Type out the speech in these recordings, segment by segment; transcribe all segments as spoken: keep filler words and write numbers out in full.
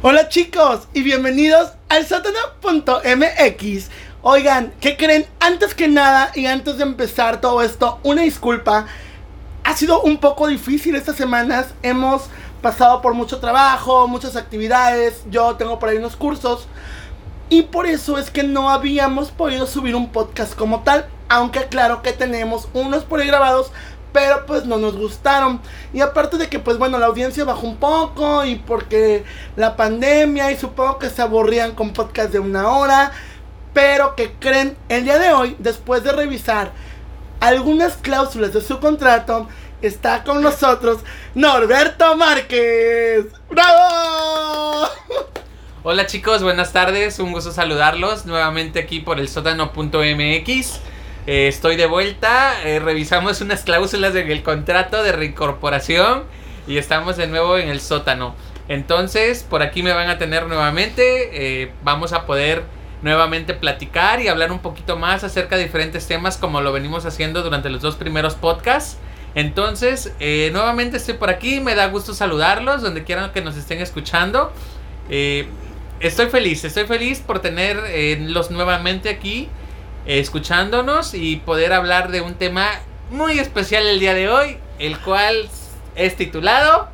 Hola chicos y bienvenidos al sótano punto m x. Oigan, ¿qué creen? Antes que nada y antes de empezar todo esto, una disculpa. Ha sido un poco difícil estas semanas. Hemos pasado por mucho trabajo, muchas actividades. Yo tengo por ahí unos cursos y por eso es que no habíamos podido subir un podcast como tal. Aunque claro que tenemos unos por ahí grabados, pero pues no nos gustaron. Y aparte de que pues bueno, la audiencia bajó un poco y porque la pandemia, y supongo que se aburrían con podcast de una hora. Pero que creen, el día de hoy, después de revisar algunas cláusulas de su contrato, está con nosotros Norberto Márquez. ¡Bravo! Hola chicos, buenas tardes, un gusto saludarlos nuevamente aquí por el sótano punto m x. Eh, estoy de vuelta, eh, revisamos unas cláusulas en el contrato de reincorporación y estamos de nuevo en el sótano. Entonces, por aquí me van a tener nuevamente, eh, vamos a poder nuevamente platicar y hablar un poquito más acerca de diferentes temas como lo venimos haciendo durante los dos primeros podcasts. Entonces, eh, nuevamente estoy por aquí, me da gusto saludarlos donde quieran que nos estén escuchando. Eh, estoy feliz, estoy feliz por tenerlos eh, nuevamente aquí. Escuchándonos y poder hablar de un tema muy especial el día de hoy, el cual es titulado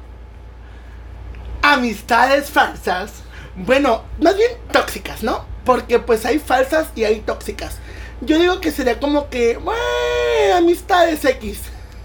Amistades falsas. Bueno, más bien tóxicas, ¿no? Porque pues hay falsas y hay tóxicas. Yo digo que sería como que, bueno, amistades X.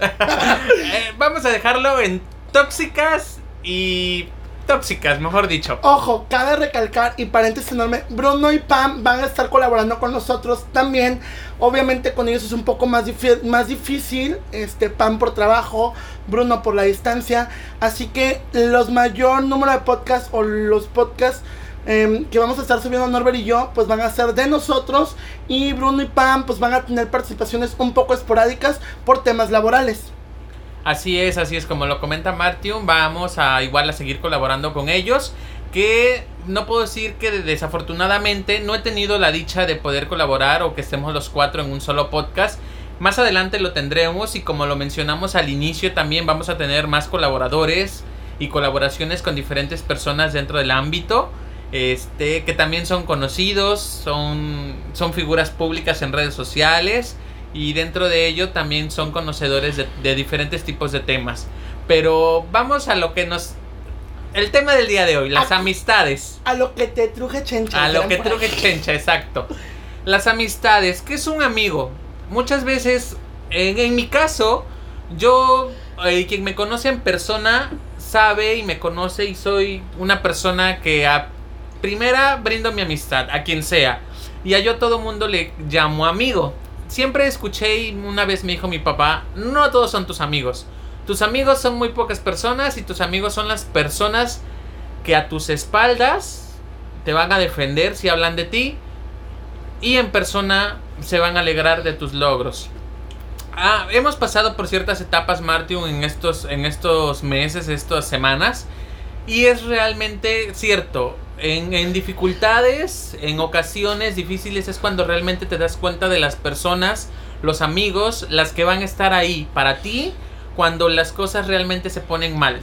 eh, Vamos a dejarlo en tóxicas y tóxicas, mejor dicho. Ojo, cabe recalcar y paréntesis enorme, Bruno y Pam van a estar colaborando con nosotros también. Obviamente con ellos es un poco más, dif- más difícil, este, Pam por trabajo, Bruno por la distancia. Así que los mayor número de podcasts o los podcasts eh, que vamos a estar subiendo Norbert y yo, pues van a ser de nosotros. Y Bruno y Pam pues van a tener participaciones un poco esporádicas por temas laborales. Así es, así es, como lo comenta Martiun, vamos a igual a seguir colaborando con ellos, que no puedo decir que desafortunadamente no he tenido la dicha de poder colaborar o que estemos los cuatro en un solo podcast. Más adelante lo tendremos y como lo mencionamos al inicio también vamos a tener más colaboradores y colaboraciones con diferentes personas dentro del ámbito, este, que también son conocidos, son, son figuras públicas en redes sociales. Y dentro de ello también son conocedores de, de diferentes tipos de temas. Pero vamos a lo que nos... El tema del día de hoy, las a, amistades. A lo que te truje chencha. A lo que truje chencha, exacto. Las amistades, ¿qué es un amigo? Muchas veces, en, en mi caso, yo, eh, quien me conoce en persona, sabe y me conoce y soy una persona que a primera brindo mi amistad, a quien sea. Y a yo a todo mundo le llamo amigo. Siempre escuché y una vez me dijo mi papá, no todos son tus amigos. Tus amigos son muy pocas personas y tus amigos son las personas que a tus espaldas te van a defender si hablan de ti y en persona se van a alegrar de tus logros. Ah, hemos pasado por ciertas etapas, Martiun, en estos, en estos meses, estas semanas, y es realmente cierto. En, en dificultades, en ocasiones difíciles es cuando realmente te das cuenta de las personas, los amigos, las que van a estar ahí para ti cuando las cosas realmente se ponen mal.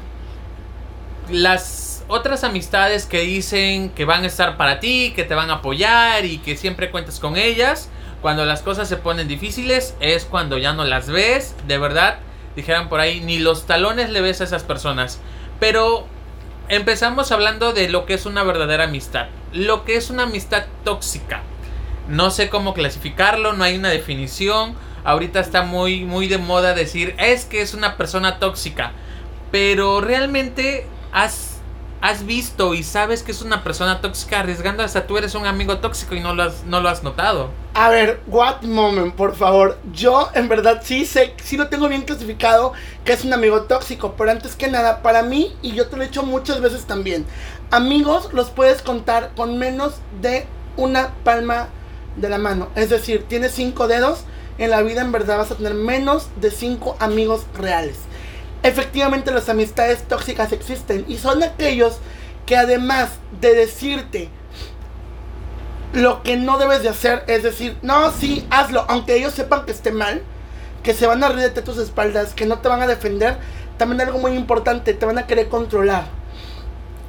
Las otras amistades que dicen que van a estar para ti, que te van a apoyar y que siempre cuentas con ellas, cuando las cosas se ponen difíciles es cuando ya no las ves, de verdad, dijeran por ahí, ni los talones le ves a esas personas. Pero empezamos hablando de lo que es una verdadera amistad. Lo que es una amistad tóxica. No sé cómo clasificarlo, no hay una definición. Ahorita está muy, muy de moda decir, es que es una persona tóxica. Pero realmente has, has visto y sabes que es una persona tóxica arriesgando hasta tú eres un amigo tóxico y no lo has, no lo has notado. A ver, what moment, por favor. Yo en verdad sí sé, sí lo tengo bien clasificado que es un amigo tóxico. Pero antes que nada, para mí, y yo te lo he dicho muchas veces también, amigos los puedes contar con menos de una palma de la mano. Es decir, tienes cinco dedos, en la vida en verdad vas a tener menos de cinco amigos reales. Efectivamente las amistades tóxicas existen y son aquellos que además de decirte lo que no debes de hacer, es decir, no, sí, hazlo, aunque ellos sepan que esté mal, que se van a reír de tus espaldas, que no te van a defender, también algo muy importante, te van a querer controlar.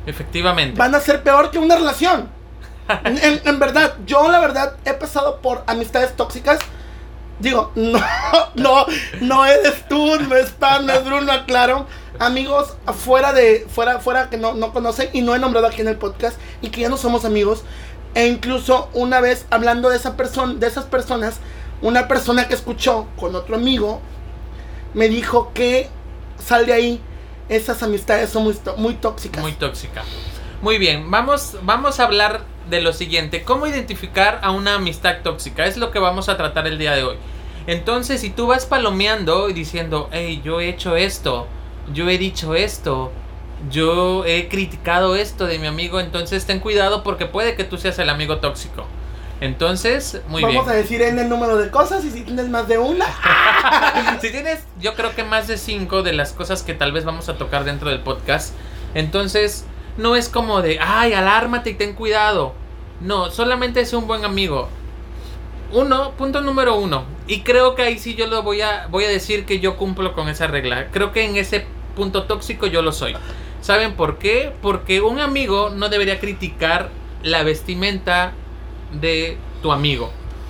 Efectivamente. Van a ser peor que una relación. en, en, en verdad, yo la verdad he pasado por amistades tóxicas. Digo, no, no, no eres tú, no es Pan, no es Bruno, aclaro. Amigos fuera de, fuera, fuera que no, no conocen y no he nombrado aquí en el podcast y que ya no somos amigos. E incluso una vez hablando de esa persona, de esas personas, una persona que escuchó con otro amigo me dijo que sal de ahí, esas amistades son muy, muy tóxicas. Muy tóxica. Muy bien, vamos, vamos a hablar de lo siguiente. ¿Cómo identificar a una amistad tóxica? Es lo que vamos a tratar el día de hoy. Entonces, si tú vas palomeando y diciendo, hey, yo he hecho esto, yo he dicho esto, yo he criticado esto de mi amigo, entonces ten cuidado porque puede que tú seas el amigo tóxico. Entonces, muy Vamos bien. Vamos a decir en el número de cosas y si tienes más de una. Si tienes, yo creo que más de cinco de las cosas que tal vez vamos a tocar dentro del podcast. Entonces, no es como de, ay, alármate y ten cuidado. No, solamente es un buen amigo. Uno, punto número uno. Y creo que ahí sí yo lo voy a, voy a decir que yo cumplo con esa regla. Creo que en ese punto tóxico yo lo soy. ¿Saben por qué? Porque un amigo no debería criticar la vestimenta de tu amigo.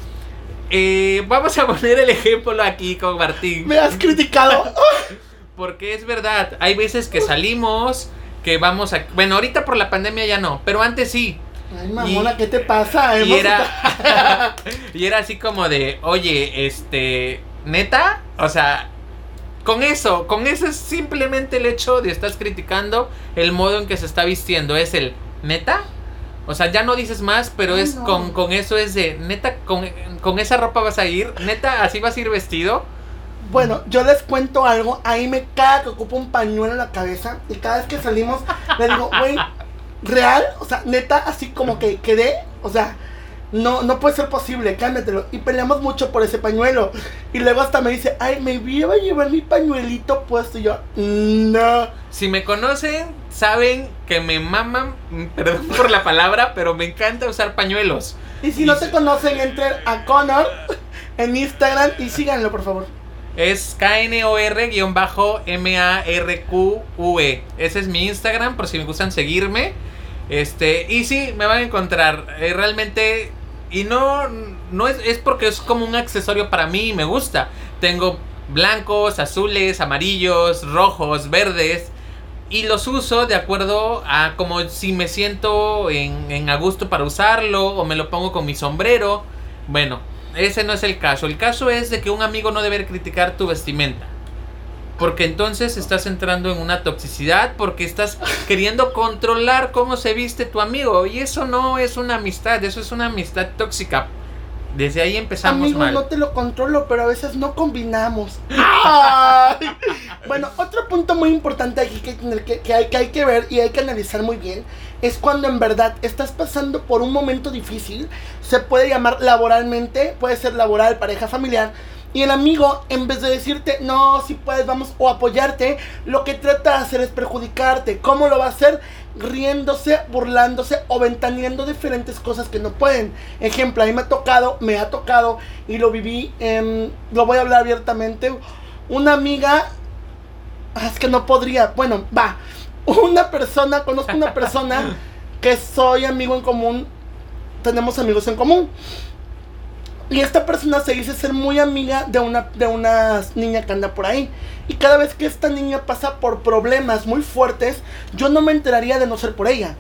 Eh, vamos a poner el ejemplo aquí con Martín. Me has criticado. Porque es verdad, hay veces que salimos, que vamos a... Bueno, ahorita por la pandemia ya no, pero antes sí. Ay, mamona, y, ¿qué te pasa? Y era, y era así como de, oye, este, ¿neta? O sea, con eso, con eso es simplemente el hecho de estás criticando el modo en que se está vistiendo. Es el, ¿neta? O sea, ya no dices más, pero Ay, es no. con, con eso es de, ¿neta? Con, con esa ropa vas a ir, ¿neta? ¿Así vas a ir vestido? Bueno, yo les cuento algo. Ahí me cada que ocupo un pañuelo en la cabeza. Y cada vez que salimos, le digo, güey, real, o sea, neta, así como que quedé. O sea, no, no puede ser posible, cálmatelo. Y peleamos mucho por ese pañuelo. Y luego hasta me dice, ay, me iba a llevar mi pañuelito puesto. Y yo, no. Si me conocen, saben que me maman, perdón por la palabra, pero me encanta usar pañuelos. Y si y no te conocen, entren a Connor en Instagram y síganlo, por favor. Es K N O R M A R Q U E. Ese es mi Instagram, por si me gustan seguirme. Este, y sí, me van a encontrar. Eh, realmente, y no, no es, es porque es como un accesorio para mí y me gusta. Tengo blancos, azules, amarillos, rojos, verdes. Y los uso de acuerdo a como si me siento en, en a gusto para usarlo. O me lo pongo con mi sombrero. Bueno, ese no es el caso. El caso es de que un amigo no debe criticar tu vestimenta. Porque entonces estás entrando en una toxicidad. Porque estás queriendo controlar cómo se viste tu amigo. Y eso no es una amistad. Eso es una amistad tóxica. Desde ahí empezamos Amigo, mal. no te lo controlo, pero a veces no combinamos. Ay. Bueno, otro punto muy importante aquí que, que, que, hay, que hay que ver y hay que analizar muy bien es cuando en verdad estás pasando por un momento difícil. Se puede llamar laboralmente, puede ser laboral, pareja, familiar. Y el amigo, en vez de decirte, no, si puedes, vamos, o apoyarte, lo que trata de hacer es perjudicarte. ¿Cómo lo va a hacer? Riéndose, burlándose o ventaneando diferentes cosas que no pueden. Ejemplo, a mí me ha tocado, me ha tocado y lo viví, eh, lo voy a hablar abiertamente. Una amiga, es que no podría, bueno, va, una persona, conozco una persona que soy amigo en común, tenemos amigos en común. Y esta persona se dice ser muy amiga de una, de una niña que anda por ahí. Y cada vez que esta niña pasa por problemas muy fuertes, yo no me enteraría de no ser por ella.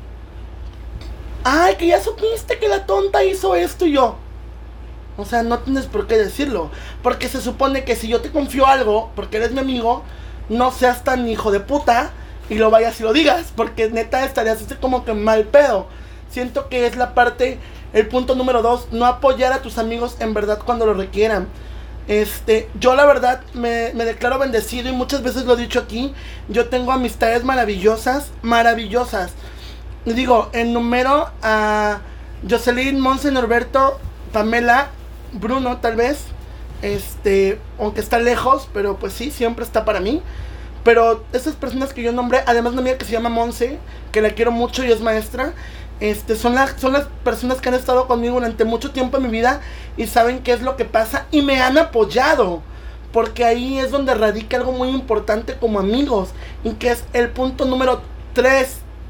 Ay, que ya supiste que la tonta hizo esto y yo. O sea, no tienes por qué decirlo. Porque se supone que si yo te confío algo, porque eres mi amigo, no seas tan hijo de puta y lo vayas y lo digas. Porque neta estarías así como que mal pedo. Siento que es la parte... El punto número dos, no apoyar a tus amigos en verdad cuando lo requieran. Este, yo la verdad me, me declaro bendecido y muchas veces lo he dicho aquí. Yo tengo amistades maravillosas, maravillosas. Y digo, enumero a Jocelyn, Monse, Norberto, Pamela, Bruno tal vez. Este, aunque está lejos, pero pues sí, siempre está para mí. Pero esas personas que yo nombré, además una amiga que se llama Monse, que la quiero mucho y es maestra. Este, son, la, son las personas que han estado conmigo durante mucho tiempo en mi vida y saben qué es lo que pasa y me han apoyado, porque ahí es donde radica algo muy importante como amigos y que es el punto número tres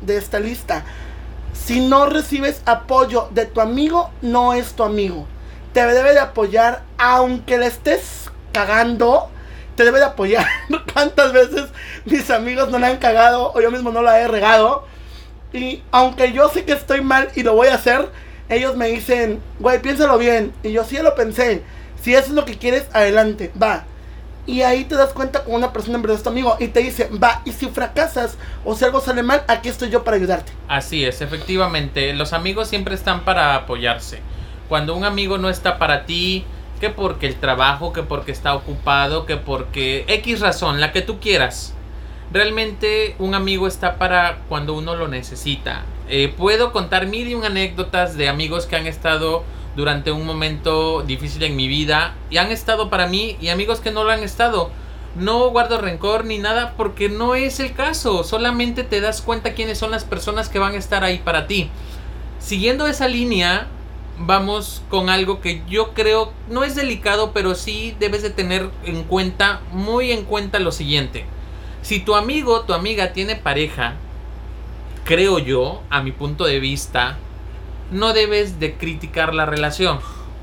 de esta lista. Si no recibes apoyo de tu amigo, no es tu amigo. Te debe de apoyar aunque le estés cagando. Te debe de apoyar. ¿Cuántas veces mis amigos no la han cagado o yo mismo no la he regado? Y aunque yo sé que estoy mal y lo voy a hacer, ellos me dicen, güey, piénsalo bien. Y yo sí lo pensé. Si eso es lo que quieres, adelante, va. Y ahí te das cuenta con una persona en verdad es tu amigo y te dice, va, y si fracasas o si algo sale mal, aquí estoy yo para ayudarte. Así es, efectivamente, los amigos siempre están para apoyarse. Cuando un amigo no está para ti, que porque el trabajo, que porque está ocupado, que porque X razón, la que tú quieras. Realmente un amigo está para cuando uno lo necesita. Eh, puedo contar mil y un anécdotas de amigos que han estado durante un momento difícil en mi vida y han estado para mí, y amigos que no lo han estado. No guardo rencor ni nada porque no es el caso, solamente te das cuenta quiénes son las personas que van a estar ahí para ti. Siguiendo esa línea, vamos con algo que yo creo no es delicado, pero sí debes de tener en cuenta, muy en cuenta lo siguiente. Si tu amigo, tu amiga tiene pareja, creo yo, a mi punto de vista, no debes de criticar la relación.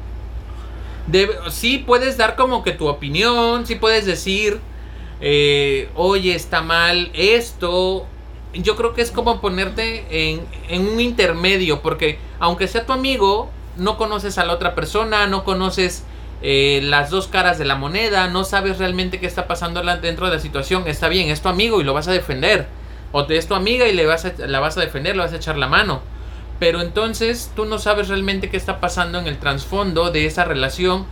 Debe, sí puedes dar como que tu opinión, sí puedes decir, eh, oye, está mal esto. Yo creo que es como ponerte en, en un intermedio, porque aunque sea tu amigo, no conoces a la otra persona, no conoces eh, las dos caras de la moneda, no sabes realmente qué está pasando dentro de la situación. Está bien, es tu amigo y lo vas a defender, o es tu amiga y le vas a, la vas a defender, le vas a echar la mano. Pero entonces tú no sabes realmente qué está pasando en el trasfondo de esa relación.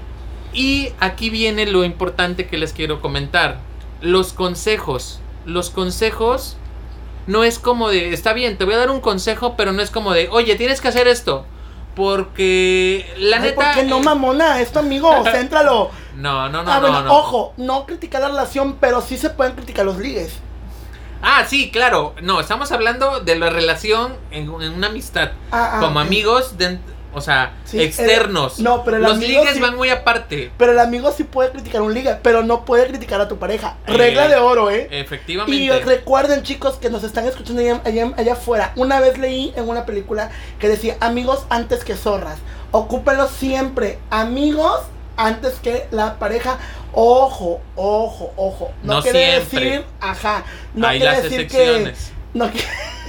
Y aquí viene lo importante que les quiero comentar. Los consejos. Los consejos no es como de, está bien, te voy a dar un consejo, pero no es como de, oye, tienes que hacer esto. Porque la Ay, neta... ¿por qué no, mamona? Es tu amigo, céntralo. No, no, no, ah, no, bueno, no. Ojo, no criticar la relación, pero sí se pueden criticar los ligues. Ah, sí, claro. No, estamos hablando de la relación en, en una amistad. Ah, ah, como okay. amigos, de, o sea, sí, externos. El, no, pero el Los amigo ligues sí, van muy aparte. Pero el amigo sí puede criticar un ligue, pero no puede criticar a tu pareja. Regla eh, de oro, ¿eh? Efectivamente. Y recuerden, chicos, que nos están escuchando allá, allá, allá afuera. Una vez leí en una película que decía, amigos antes que zorras. Ocúpenlos siempre. Amigos antes que la pareja. Ojo, ojo, ojo. No, no quiere siempre. decir, ajá. No hay quiere las decir excepciones. que. No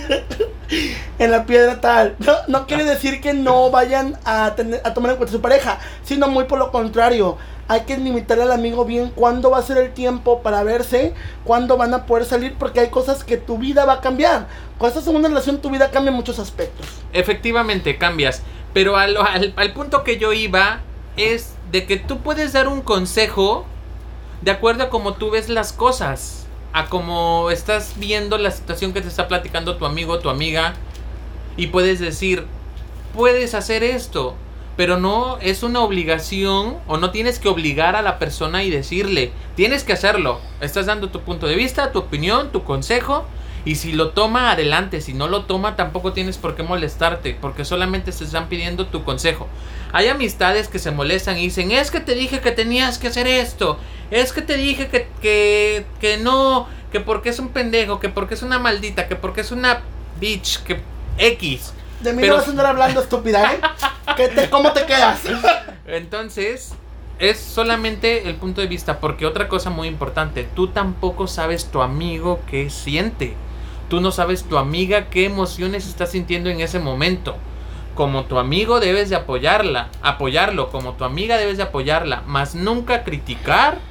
en la piedra tal. No, no quiere decir que no vayan a, tener, a tomar en cuenta a su pareja, sino muy por lo contrario. Hay que limitar al amigo bien cuándo va a ser el tiempo para verse, cuándo van a poder salir, porque hay cosas que tu vida va a cambiar. Cuando estás en una relación, tu vida cambia en muchos aspectos. Efectivamente, cambias. Pero al, al, al punto que yo iba es de que tú puedes dar un consejo de acuerdo a cómo tú ves las cosas, a cómo estás viendo la situación que te está platicando tu amigo o tu amiga, y puedes decir, puedes hacer esto, pero no es una obligación, o no tienes que obligar a la persona y decirle, tienes que hacerlo. Estás dando tu punto de vista, tu opinión, tu consejo, y si lo toma, adelante. Si no lo toma, tampoco tienes por qué molestarte, porque solamente te están pidiendo tu consejo. Hay amistades que se molestan y dicen, es que te dije que tenías que hacer esto, es que te dije que, que, que no, que porque es un pendejo, que porque es una maldita, que porque es una bitch, que X. De mí Pero... no vas a andar hablando, estúpida, ¿eh? ¿Qué te, ¿Cómo te quedas? Entonces, es solamente el punto de vista, porque otra cosa muy importante, tú tampoco sabes tu amigo qué siente. Tú no sabes tu amiga qué emociones está sintiendo en ese momento. Como tu amigo debes de apoyarla, apoyarlo, como tu amiga debes de apoyarla, mas nunca criticar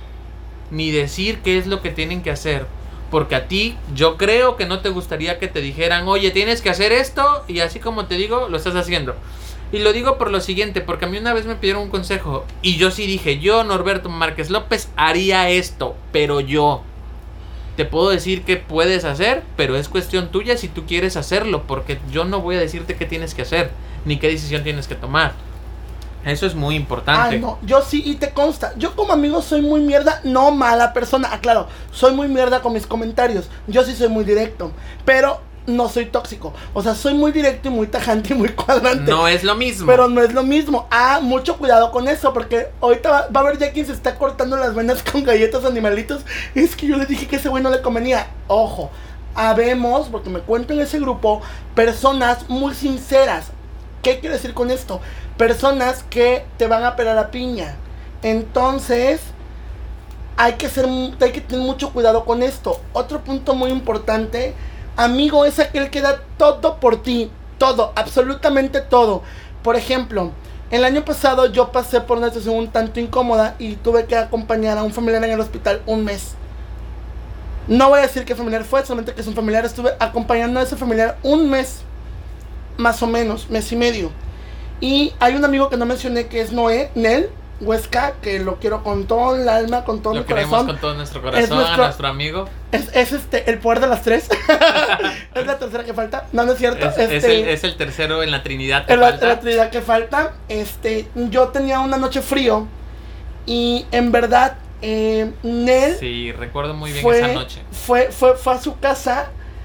ni decir qué es lo que tienen que hacer. Porque a ti, yo creo que no te gustaría que te dijeran, oye, tienes que hacer esto, y así como te digo, lo estás haciendo. Y lo digo por lo siguiente, porque a mí una vez me pidieron un consejo, y yo sí dije, yo, Norberto Márquez López, haría esto, pero yo te puedo decir qué puedes hacer, pero es cuestión tuya si tú quieres hacerlo, porque yo no voy a decirte qué tienes que hacer, ni qué decisión tienes que tomar. Eso es muy importante. Ay, no, yo sí, y te consta, yo como amigo soy muy mierda, no mala persona, aclaro, soy muy mierda con mis comentarios, yo sí soy muy directo, pero no soy tóxico, o sea, soy muy directo y muy tajante y muy cuadrante. No es lo mismo. Pero no es lo mismo, ah, mucho cuidado con eso, porque ahorita va, va a haber ya quien se está cortando las venas con galletas animalitos, es que yo le dije que ese güey no le convenía, ojo. habemos, porque me cuento en ese grupo, personas muy sinceras. ¿Qué quiero decir con esto? Personas que te van a pelar la piña. Entonces, hay que, ser, hay que tener mucho cuidado con esto. Otro punto muy importante, amigo es aquel que da todo por ti. Todo, absolutamente todo. Por ejemplo, el año pasado yo pasé por una situación un tanto incómoda y tuve que acompañar a un familiar en el hospital un mes. No voy a decir qué familiar fue, solamente que es un familiar. Estuve acompañando a ese familiar un mes, más o menos, mes y medio. Y hay un amigo que no mencioné que es Noé, Nel Huesca, que lo quiero con todo el alma, con todo lo mi corazón. Lo queremos con todo nuestro corazón, es nuestro, a nuestro amigo. Es, es este, el poder de las tres. Es la tercera que falta. No, no es cierto. Es, este, es, el, es el tercero en la Trinidad que en falta. La, la Trinidad que falta. Este, yo tenía una noche frío y en verdad... Eh, Nel sí, recuerdo muy bien fue, esa noche. Fue, fue, fue a su casa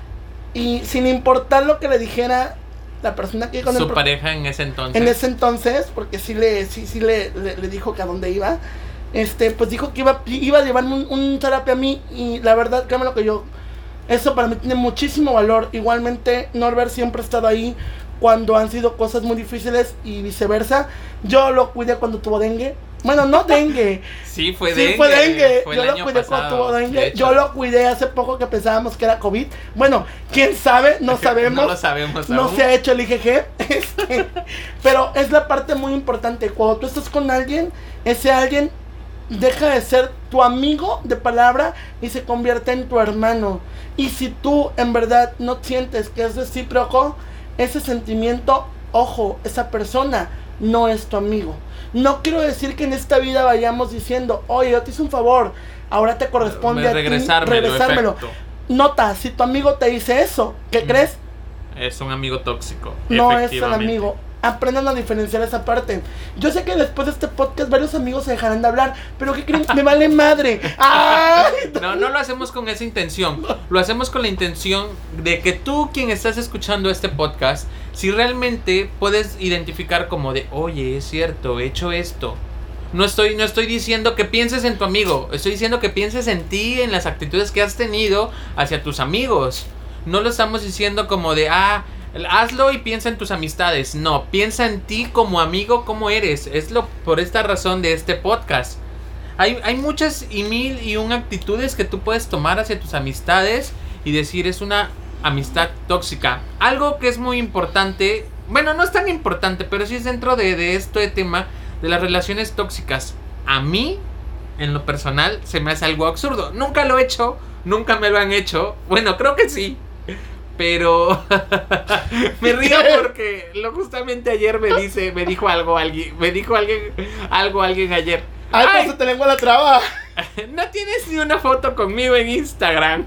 y sin importar lo que le dijera la persona que con su el pro- pareja en ese entonces. En ese entonces, porque sí le, sí, sí le, le, le dijo que a dónde iba. Este, pues dijo que iba, iba a llevarme un, un terapia a mí. Y la verdad, créeme lo que yo. Eso para mí tiene muchísimo valor. Igualmente, Norbert siempre ha estado ahí cuando han sido cosas muy difíciles y viceversa. Yo lo cuidé cuando tuvo dengue. Bueno, no dengue. Sí, fue sí, dengue. Fue dengue. Fue yo el lo año cuidé pasado, cuando tuvo dengue. hecho. Yo lo cuidé hace poco que pensábamos que era COVID. Bueno, quién sabe, no sabemos. No lo sabemos No aún. se ha hecho el I G G. Este, pero es la parte muy importante. Cuando tú estás con alguien, ese alguien deja de ser tu amigo de palabra y se convierte en tu hermano. Y si tú en verdad no sientes que es recíproco, ese sentimiento, ojo, esa persona no es tu amigo. No quiero decir que en esta vida vayamos diciendo, oye, yo te hice un favor, ahora te corresponde a regresármelo, ti regresármelo. Efecto. Nota, si tu amigo te dice eso, ¿qué mm. crees? Es un amigo tóxico. No es el amigo. Aprendan a diferenciar esa parte. Yo sé que después de este podcast varios amigos se dejarán de hablar, pero ¿qué creen? Me vale madre. ¡Ay! No, no lo hacemos con esa intención. Lo hacemos con la intención de que tú, quien estás escuchando este podcast, si realmente puedes identificar como de, oye, es cierto, he hecho esto. No estoy, no estoy diciendo que pienses en tu amigo, estoy diciendo que pienses en ti, en las actitudes que has tenido hacia tus amigos. No lo estamos diciendo como de, ah, hazlo y piensa en tus amistades. No, piensa en ti como amigo, como eres. Es lo por esta razón de este podcast. Hay, hay muchas y mil y un actitudes que tú puedes tomar hacia tus amistades y decir es una amistad tóxica. Algo que es muy importante, bueno, no es tan importante, pero sí es dentro de, de este tema de las relaciones tóxicas. A mí, en lo personal, se me hace algo absurdo. Nunca lo he hecho, nunca me lo han hecho. Bueno, creo que sí. Pero me río porque lo justamente ayer me dice, me dijo algo alguien, me dijo alguien, algo alguien ayer. Ay, pues se te lengua la traba. No tienes ni una foto conmigo en Instagram.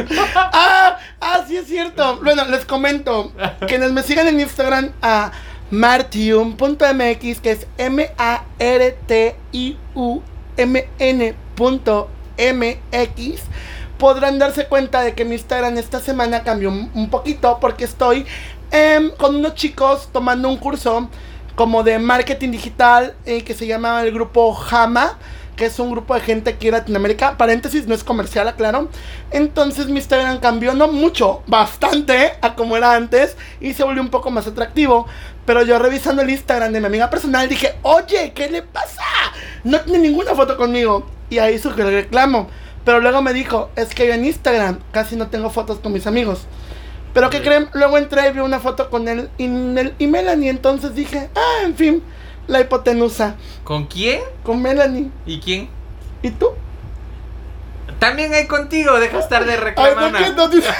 Ah, ah, sí es cierto. Bueno, les comento. Quienes me sigan en Instagram a martium punto m x, que es M A R T I U M N punto M X, podrán darse cuenta de que mi Instagram esta semana cambió un, un poquito porque estoy eh, con unos chicos tomando un curso como de marketing digital eh, que se llama el grupo Jama, que es un grupo de gente aquí en Latinoamérica. Paréntesis, no es comercial, aclaro. Entonces mi Instagram cambió, no mucho, bastante a como era antes, y se volvió un poco más atractivo. Pero yo revisando el Instagram de mi amiga personal dije, oye, ¿qué le pasa? No tiene ninguna foto conmigo. Y ahí surgió el reclamo. Pero luego me dijo, es que yo en Instagram casi no tengo fotos con mis amigos. Pero ¿qué creen? Luego entré y vi una foto con él y, él y Melanie. Entonces dije, ah, en fin, la hipotenusa. ¿Con quién? Con Melanie. ¿Y quién? ¿Y tú? También hay contigo, deja estar de reclamar. Ay, no, no,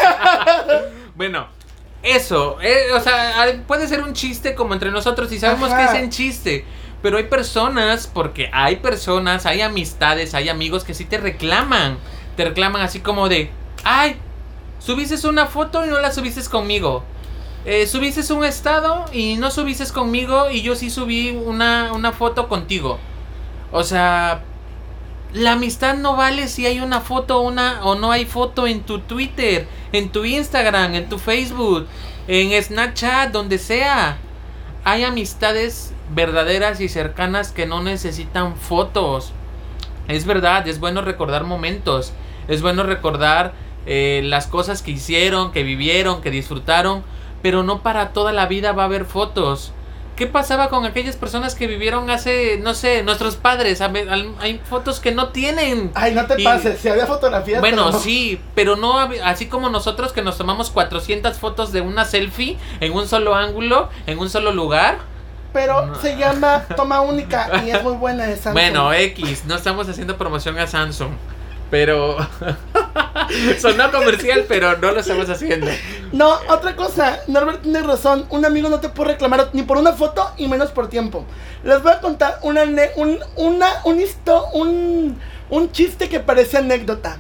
bueno, eso, eh, o sea, puede ser un chiste como entre nosotros y sabemos Ajá. que es en chiste. Pero hay personas, porque hay personas, hay amistades, hay amigos que sí te reclaman. Te reclaman así como de, ay, subiste una foto y no la subiste conmigo. Eh, subiste un estado y no subiste conmigo y yo sí subí una, una foto contigo. O sea, la amistad no vale si hay una foto una, o no hay foto en tu Twitter, en tu Instagram, en tu Facebook, en Snapchat, donde sea. Hay amistades verdaderas y cercanas que no necesitan fotos. Es verdad, es bueno recordar momentos. Es bueno recordar eh, las cosas que hicieron, que vivieron, que disfrutaron, pero no para toda la vida va a haber fotos. ¿Qué pasaba con aquellas personas que vivieron hace, no sé, nuestros padres? Hay fotos que no tienen. Ay, no te y, pases, si había fotografías. Bueno, pero no. sí, pero no, así como nosotros que nos tomamos cuatrocientas fotos de una selfie en un solo ángulo, en un solo lugar. Pero no. Se llama toma única y es muy buena de Samsung. Bueno, X, no estamos haciendo promoción a Samsung, pero sonó comercial, pero no lo estamos haciendo. No, otra cosa, Norbert tiene razón. Un amigo no te puede reclamar ni por una foto y menos por tiempo. Les voy a contar una un una un histo, un un chiste que parece anécdota.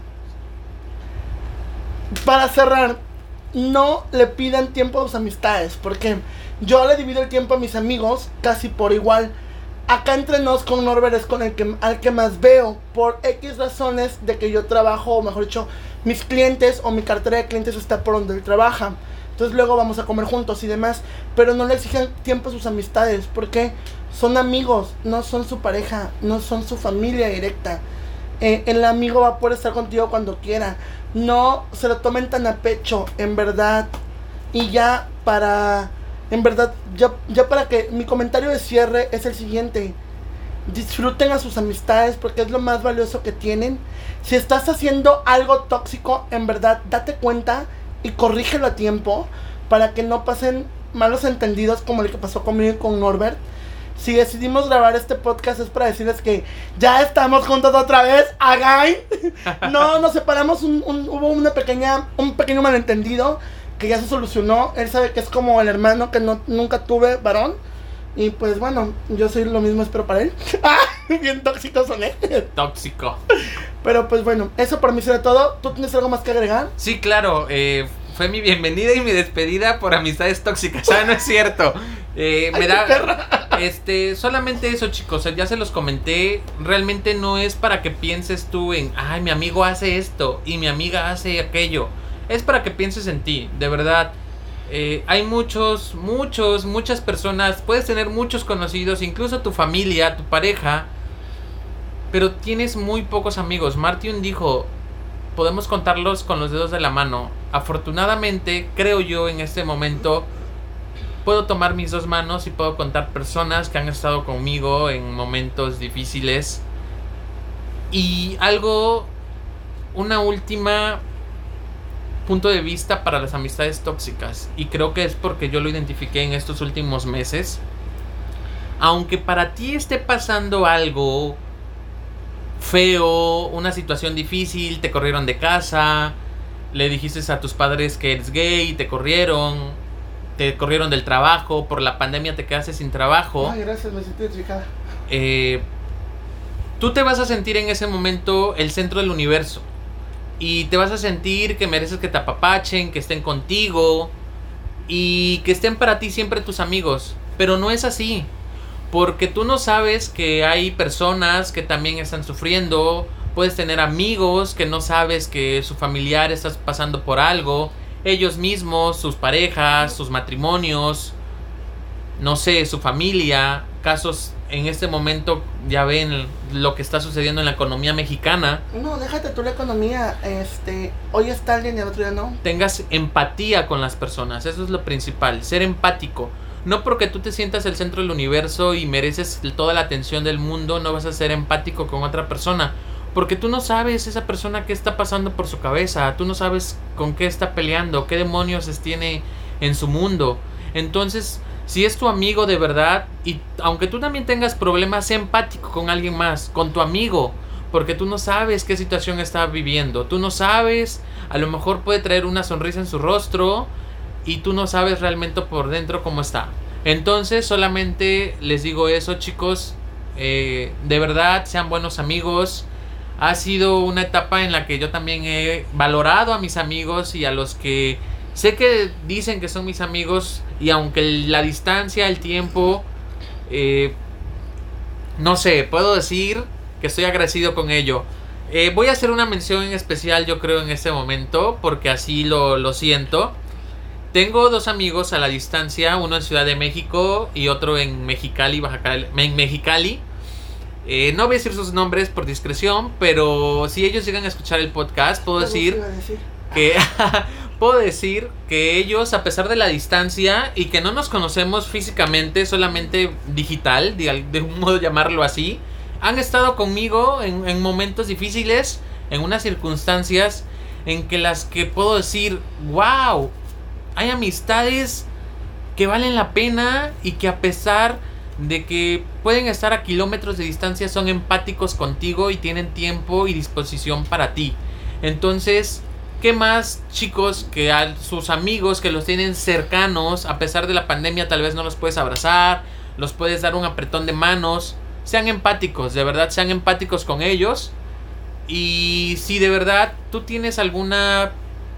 Para cerrar, no le pidan tiempo a sus amistades, porque yo le divido el tiempo a mis amigos casi por igual. Acá entre nos con Norbert es con el que, al que más veo, por X razones de que yo trabajo, o mejor dicho, mis clientes o mi cartera de clientes está por donde él trabaja. Entonces luego vamos a comer juntos y demás, pero no le exigen tiempo a sus amistades, porque son amigos, no son su pareja, no son su familia directa. Eh, el amigo va a poder estar contigo cuando quiera. No se lo tomen tan a pecho, en verdad. Y ya para... En verdad, ya, ya para que mi comentario de cierre es el siguiente. Disfruten a sus amistades porque es lo más valioso que tienen. Si estás haciendo algo tóxico, en verdad, date cuenta y corrígelo a tiempo para que no pasen malos entendidos como el que pasó conmigo y con Norbert. Si decidimos grabar este podcast es para decirles que ya estamos juntos otra vez. Again. No, nos separamos, un, un, hubo una pequeña, un pequeño malentendido que ya se solucionó. Él sabe que es como el hermano que no, nunca tuve varón. Y pues bueno, yo soy lo mismo, espero para él. ¡Ah! Bien tóxico soné. Tóxico. Pero pues bueno, eso por mí será todo. ¿Tú tienes algo más que agregar? Sí, claro. Eh, fue mi bienvenida y mi despedida por amistades tóxicas. Ah, no es cierto. Eh, me Ay, da... Perra. Este, solamente eso, chicos. Ya se los comenté. Realmente no es para que pienses tú en... Ay, mi amigo hace esto y mi amiga hace aquello. Es para que pienses en ti, de verdad. Eh, hay muchos, muchos, muchas personas. Puedes tener muchos conocidos, incluso tu familia, tu pareja, pero tienes muy pocos amigos. Martin dijo, podemos contarlos con los dedos de la mano. Afortunadamente, creo yo en este momento, puedo tomar mis dos manos y puedo contar personas que han estado conmigo en momentos difíciles. Y algo, una última... punto de vista para las amistades tóxicas, y creo que es porque yo lo identifiqué en estos últimos meses. Aunque para ti esté pasando algo feo, una situación difícil, te corrieron de casa, le dijiste a tus padres que eres gay, te corrieron, te corrieron del trabajo, por la pandemia te quedaste sin trabajo. Ay, gracias, me sentí identificada. Eh, tú te vas a sentir en ese momento el centro del universo. Y te vas a sentir que mereces que te apapachen, que estén contigo y que estén para ti siempre tus amigos. Pero no es así, porque tú no sabes que hay personas que también están sufriendo. Puedes tener amigos que no sabes que su familiar está pasando por algo. Ellos mismos, sus parejas, sus matrimonios, no sé, su familia. Casos en este momento, ya ven lo que está sucediendo en la economía mexicana. No, déjate tú la economía, este, hoy está alguien y el otro día no. Tengas empatía con las personas, eso es lo principal, ser empático. No porque tú te sientas el centro del universo y mereces toda la atención del mundo, no vas a ser empático con otra persona. Porque tú no sabes esa persona qué está pasando por su cabeza, tú no sabes con qué está peleando, qué demonios tiene en su mundo. Entonces, si es tu amigo de verdad, y aunque tú también tengas problemas, sé empático con alguien más, con tu amigo, porque tú no sabes qué situación está viviendo, tú no sabes, a lo mejor puede traer una sonrisa en su rostro y tú no sabes realmente por dentro cómo está. Entonces solamente les digo eso, chicos, eh, de verdad sean buenos amigos. Ha sido una etapa en la que yo también he valorado a mis amigos y a los que sé que dicen que son mis amigos, y aunque la distancia, el tiempo, eh, no sé, puedo decir que estoy agradecido con ello. Eh, voy a hacer una mención en especial, yo creo, en este momento, porque así lo, lo siento. Tengo dos amigos a la distancia, uno en Ciudad de México y otro en Mexicali, Baja Cali, en Mexicali. Eh, no voy a decir sus nombres por discreción, pero si ellos llegan a escuchar el podcast, puedo decir, decir que puedo decir que ellos, a pesar de la distancia y que no nos conocemos físicamente, solamente digital, de, de un modo llamarlo así, han estado conmigo en, en momentos difíciles, en unas circunstancias en que las que puedo decir, wow, hay amistades que valen la pena y que a pesar de que pueden estar a kilómetros de distancia, son empáticos contigo y tienen tiempo y disposición para ti. Entonces, ¿qué más, chicos, que a sus amigos que los tienen cercanos, a pesar de la pandemia tal vez no los puedes abrazar, los puedes dar un apretón de manos? Sean empáticos, de verdad, sean empáticos con ellos. Y si de verdad tú tienes alguna,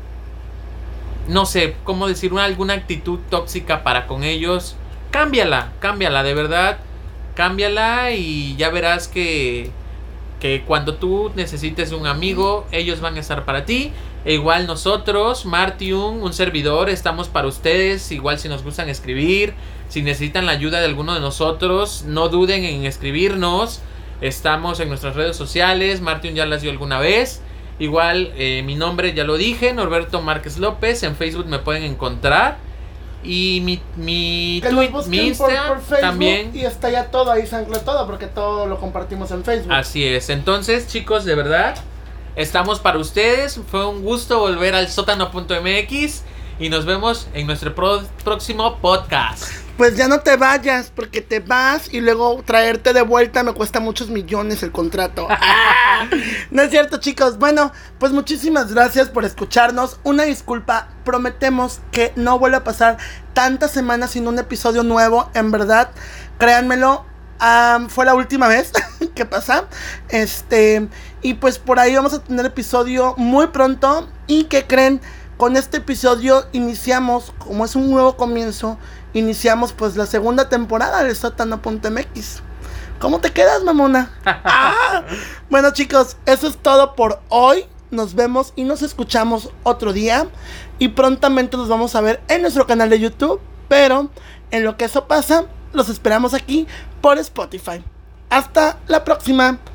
no sé, cómo decir, una, alguna actitud tóxica para con ellos, cámbiala, cámbiala, de verdad, cámbiala y ya verás que, que cuando tú necesites un amigo, ellos van a estar para ti. E igual nosotros, Martium, un servidor, estamos para ustedes. Igual si nos gustan escribir, si necesitan la ayuda de alguno de nosotros, no duden en escribirnos. Estamos en nuestras redes sociales, Martium ya las dio alguna vez. Igual eh, mi nombre ya lo dije, Norberto Márquez López. En Facebook me pueden encontrar. Y mi, mi, tweet, mi Instagram por, por Facebook, también. Y está ya todo ahí, se ancla todo, porque todo lo compartimos en Facebook. Así es, entonces chicos, de verdad, estamos para ustedes. Fue un gusto volver al sótano punto m x y nos vemos en nuestro pro- próximo podcast. Pues ya no te vayas, porque te vas y luego traerte de vuelta me cuesta muchos millones el contrato. No es cierto, chicos. Bueno, pues muchísimas gracias por escucharnos. Una disculpa, prometemos que no vuelva a pasar tantas semanas sin un episodio nuevo. En verdad, créanmelo, um, fue la última vez que pasa. Este, y pues por ahí vamos a tener episodio muy pronto. ¿Y qué creen? Con este episodio iniciamos, como es un nuevo comienzo, iniciamos pues la segunda temporada del sótano punto m x. ¿Cómo te quedas, mamona? Ah, bueno, chicos, eso es todo por hoy. Nos vemos y nos escuchamos otro día. Y prontamente nos vamos a ver en nuestro canal de YouTube. Pero en lo que eso pasa, los esperamos aquí por Spotify. Hasta la próxima.